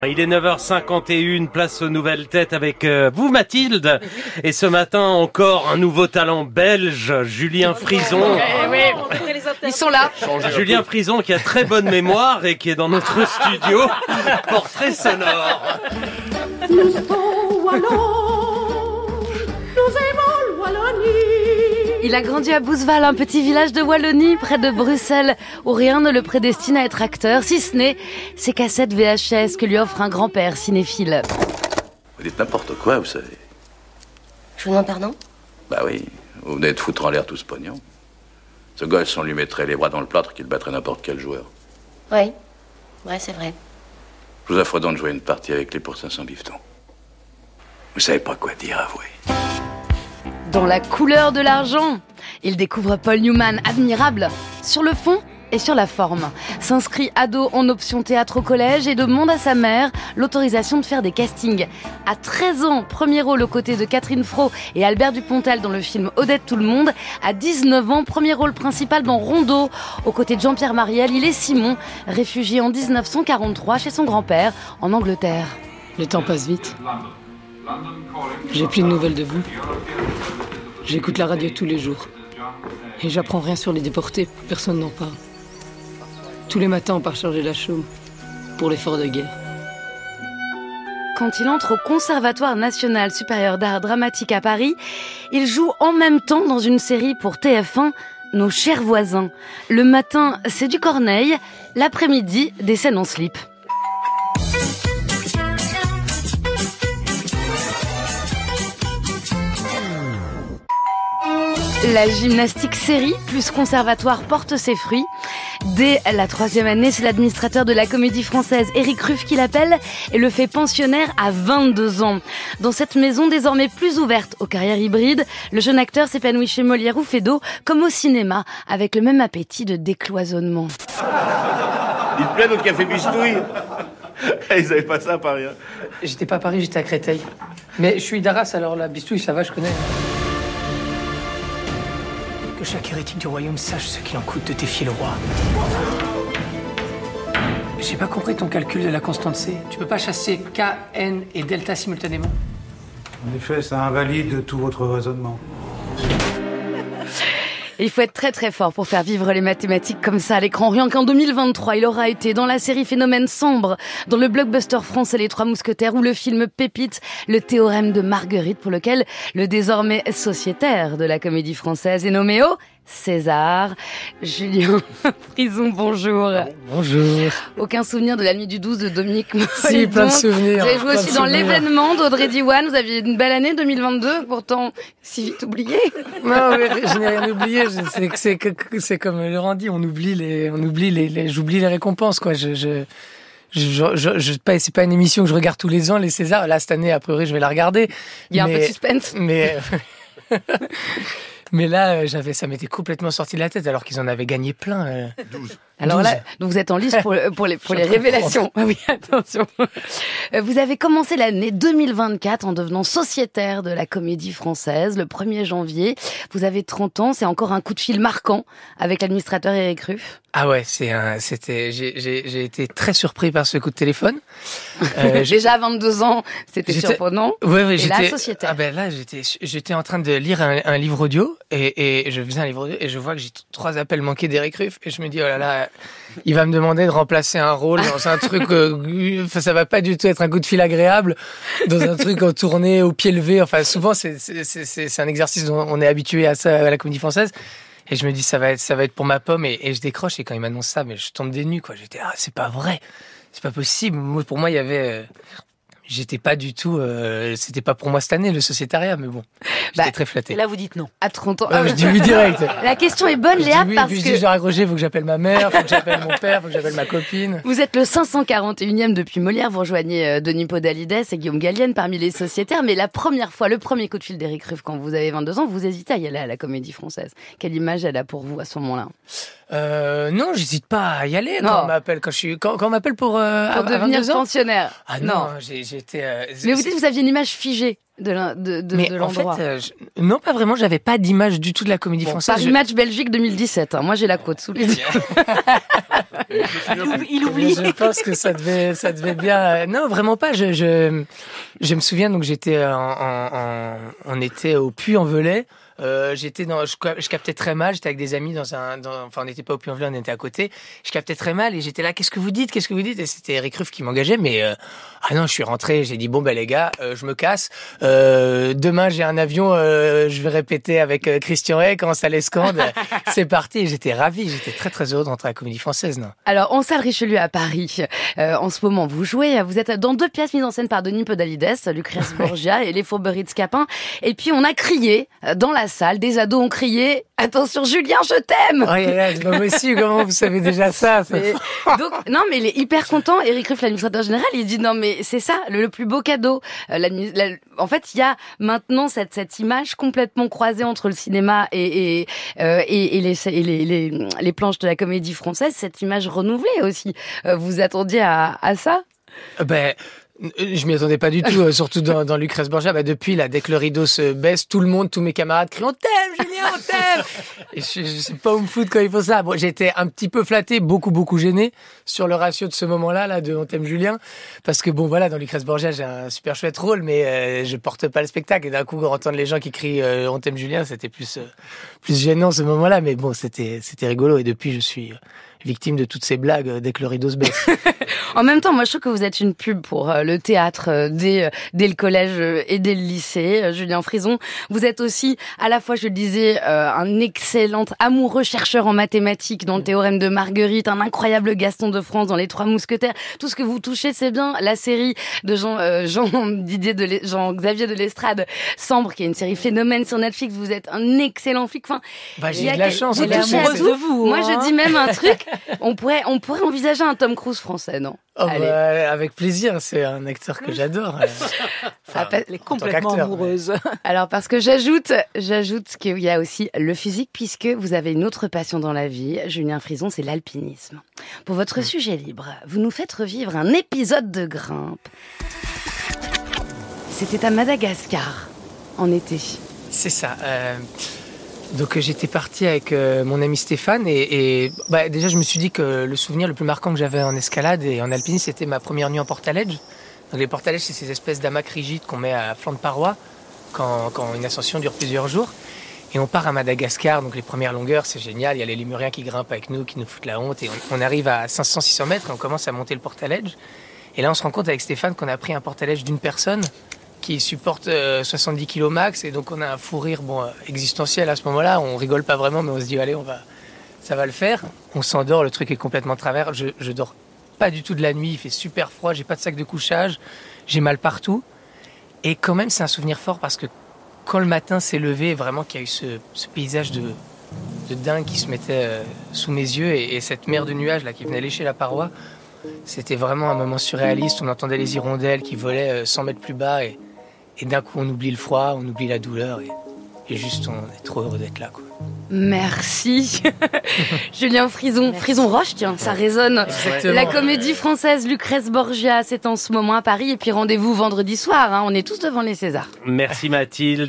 Il est 9h51, place aux nouvelles têtes avec vous Mathilde. Et ce matin encore un nouveau talent belge, Julien Frison. Ils sont là. Julien Frison qui a très bonne mémoire et qui est dans notre studio. Portrait sonore. Nous sommes wallons, nous aimons le Wallonie. Il a grandi à Bouzeval, un petit village de Wallonie, près de Bruxelles, où rien ne le prédestine à être acteur, si ce n'est ses cassettes VHS que lui offre un grand-père cinéphile. Vous dites n'importe quoi, vous savez. Je vous demande pardon? Bah oui, vous venez de foutre en l'air tout ce pognon. Ce gosse, on lui mettrait les bras dans le plâtre qu'il battrait n'importe quel joueur. Oui, ouais, c'est vrai. Je vous offre donc de jouer une partie avec les pour 500 bifetons. Vous savez pas quoi dire, avouez. Dans la couleur de l'argent, il découvre Paul Newman, admirable, sur le fond et sur la forme. S'inscrit ado en option théâtre au collège et demande à sa mère l'autorisation de faire des castings. À 13 ans, premier rôle aux côtés de Catherine Fro et Albert Dupontel dans le film Odette tout le monde. À 19 ans, premier rôle principal dans Rondeau, aux côtés de Jean-Pierre Mariel. Il est Simon, réfugié en 1943 chez son grand-père en Angleterre. Le temps passe vite. J'ai plus de nouvelles de vous. J'écoute la radio tous les jours. Et j'apprends rien sur les déportés, personne n'en parle. Tous les matins, on part charger la chaume pour l'effort de guerre. Quand il entre au Conservatoire national supérieur d'art dramatique à Paris, il joue en même temps dans une série pour TF1, Nos chers voisins. Le matin, c'est du Corneille, l'après-midi, des scènes en slip. La gymnastique série plus conservatoire porte ses fruits. Dès la 3e année, c'est l'administrateur de la Comédie Française, Éric Ruff, qui l'appelle et le fait pensionnaire à 22 ans. Dans cette maison désormais plus ouverte aux carrières hybrides, le jeune acteur s'épanouit chez Molière ou Feydeau, comme au cinéma, avec le même appétit de décloisonnement. Il te plaît notre café bistouille? Ils avaient pas ça à Paris. J'étais pas à Paris, j'étais à Créteil. Mais je suis d'Arras, alors la bistouille, ça va, je connais. Que chaque hérétique du royaume sache ce qu'il en coûte de défier le roi. J'ai pas compris ton calcul de la constante C. Tu peux pas chasser K, N et delta simultanément? En effet, ça invalide tout votre raisonnement. Et il faut être très très fort pour faire vivre les mathématiques comme ça à l'écran. Rien qu'en 2023, il aura été dans la série Phénomène sombre, dans le blockbuster français Les Trois Mousquetaires ou le film Pépite, le théorème de Marguerite, pour lequel le désormais sociétaire de la Comédie Française est nommé au César. Julien Frison, bonjour. Bonjour. Aucun souvenir de la nuit du 12 de Dominique Si, plein de souvenirs. Vous avez joué aussi dans l'événement d'Audrey Diwan. Vous aviez une belle année 2022, pourtant si vite oublié. Non, mais je n'ai rien oublié. C'est comme Laurent dit, j'oublie les récompenses, quoi. C'est pas une émission que je regarde tous les ans, les Césars. Là, cette année, a priori, je vais la regarder. Il y a un peu de suspense. Mais là, ça m'était complètement sorti de la tête, alors qu'ils en avaient gagné plein. 12. Alors 12. Là, donc vous êtes en lice pour les révélations. Ah oui, attention. Vous avez commencé l'année 2024 en devenant sociétaire de la Comédie Française le 1er janvier. Vous avez 30 ans, c'est encore un coup de fil marquant avec l'administrateur Éric Ruff. Ah ouais, j'ai été très surpris par ce coup de téléphone. Déjà à 22 ans, c'était surprenant. Ouais, et là, sociétaire. Ah ben là, j'étais en train de lire un livre audio et je faisais un livre audio et je vois que j'ai 3 appels manqués d'Éric Ruff et je me dis oh là là, il va me demander de remplacer un rôle dans un truc, ça va pas du tout être un coup de fil agréable dans un truc en tournée au pied levé. Enfin, souvent c'est un exercice dont on est habitué à ça à la Comédie Française. Et je me dis, ça va être pour ma pomme, et je décroche, et quand il m'annonce ça, mais je tombe des nues, quoi. J'étais, c'est pas vrai. C'est pas possible. Moi, pour moi, il y avait, j'étais pas du tout, c'était pas pour moi cette année, le sociétariat, mais bon. J'étais très flatté. Là, vous dites non. À 30 ans. Je dis oui direct. La question est bonne, Léa, oui, parce puis que... je dis, je dois raccrocher, faut que j'appelle ma mère, faut que j'appelle mon père, faut que j'appelle ma copine. Vous êtes le 541e depuis Molière, vous rejoignez Denis Podalides et Guillaume Gallienne parmi les sociétaires, mais la première fois, le premier coup de fil d'Éric Ruff quand vous avez 22 ans, vous hésitez à y aller à la Comédie Française. Quelle image elle a pour vous à ce moment-là? Non, j'hésite pas à y aller quand on m'appelle, quand on m'appelle pour devenir pensionnaire. Ah non, j'ai été... Mais vous dites que vous aviez une image figée Mais l'endroit. en fait, non, pas vraiment. J'avais pas d'image du tout de la comédie française. Paris Match Belgique 2017. Moi, j'ai la côte sous les yeux. Il oublie. Je pense que ça devait bien. Non, vraiment pas. Je me souviens, donc j'étais on était au Puy-en-Velay. Je captais très mal. J'étais avec des amis on n'était pas au Puy-en-Velay, on était à côté. Je captais très mal et j'étais là. Qu'est-ce que vous dites? Et c'était Eric Ruff qui m'engageait. Mais non, je suis rentré. J'ai dit bon les gars, je me casse. Demain j'ai un avion. Je vais répéter avec Christian Hay quand ça l'escande. C'est parti. Et j'étais ravi. J'étais très très heureux de rentrer à la Comédie Française. Non. Alors en salle Richelieu à Paris, en ce moment vous jouez. Vous êtes dans 2 pièces mises en scène par Denis Podalides, Lucrèce Borgia et Les Fourberies de Scapin. Et puis on a crié dans la salle, des ados ont crié « Attention Julien, je t'aime !» c'est pas possible, comment vous savez déjà ça? Donc, non, mais il est hyper content. Eric Ruff, l'administrateur général, il dit « Non, mais c'est ça, le plus beau cadeau. » En fait, il y a maintenant cette image complètement croisée entre le cinéma et les planches de la comédie française, cette image renouvelée aussi. Vous attendiez à ça? Je m'y attendais pas du tout, surtout dans Lucrèce Borgia. Depuis, là, dès que le rideau se baisse, tout le monde, tous mes camarades crient « On t'aime, Julien, on t'aime !» Et je sais pas où me foutre quand il faut ça. Bon, j'ai été un petit peu flatté, beaucoup gêné sur le ratio de ce moment-là, de « On t'aime, Julien !» Parce que dans Lucrèce Borgia, j'ai un super chouette rôle, mais je porte pas le spectacle. Et d'un coup, entendre les gens qui crient « On t'aime, Julien !» c'était plus gênant ce moment-là. Mais bon, c'était rigolo. Et depuis, je suis victime de toutes ces blagues dès que le rideau se baisse. En même temps, moi, je trouve que vous êtes une pub pour le théâtre dès le collège et dès le lycée. Julien Frison, vous êtes aussi, à la fois, je le disais, un excellent amoureux chercheur en mathématiques dans le théorème de Marguerite, un incroyable Gaston de France dans Les Trois Mousquetaires. Tout ce que vous touchez, c'est bien. La série de Jean-Xavier de l'Estrade, Sambre, qui est une série phénomène sur Netflix. Vous êtes un excellent flic. Enfin, j'ai de la chance. Vous touchez à tout. De vous. Moi, je dis même un truc. On pourrait envisager un Tom Cruise français, non? Avec plaisir, c'est un acteur que j'adore. Elle est complètement amoureuse. Alors parce que j'ajoute qu'il y a aussi le physique, puisque vous avez une autre passion dans la vie, Julien Frison, c'est l'alpinisme. Pour votre sujet libre, vous nous faites revivre un épisode de grimpe. C'était à Madagascar, en été. C'est ça. Donc j'étais parti avec mon ami Stéphane et déjà je me suis dit que le souvenir le plus marquant que j'avais en escalade et en alpinisme, c'était ma première nuit en portaledge. Donc les portaledges, c'est ces espèces d'hamacs rigides qu'on met à flanc de paroi quand une ascension dure plusieurs jours. Et on part à Madagascar, donc les premières longueurs, c'est génial. Il y a les lémuriens qui grimpent avec nous, qui nous foutent la honte. Et on arrive à 500-600 mètres et on commence à monter le portaledge. Et là, on se rend compte avec Stéphane qu'on a pris un portaledge d'une personne qui supporte 70 kg max, et donc on a un fou rire existentiel à ce moment-là. On rigole pas vraiment, mais on se dit allez, ça va le faire. On s'endort, le truc est complètement travers. Je dors pas du tout de la nuit, il fait super froid, j'ai pas de sac de couchage, j'ai mal partout. Et quand même, c'est un souvenir fort parce que quand le matin s'est levé, vraiment qu'il y a eu ce paysage de dingue qui se mettait sous mes yeux et cette mer de nuages là qui venait lécher la paroi, c'était vraiment un moment surréaliste. On entendait les hirondelles qui volaient 100 mètres plus bas et d'un coup on oublie le froid, on oublie la douleur et juste on est trop heureux d'être là, quoi. Merci. Julien Frison. Frison Roche, tiens, ça résonne. Exactement. La comédie française Lucrèce Borgia, c'est en ce moment à Paris. Et puis rendez-vous vendredi soir, on est tous devant les Césars. Merci Mathilde.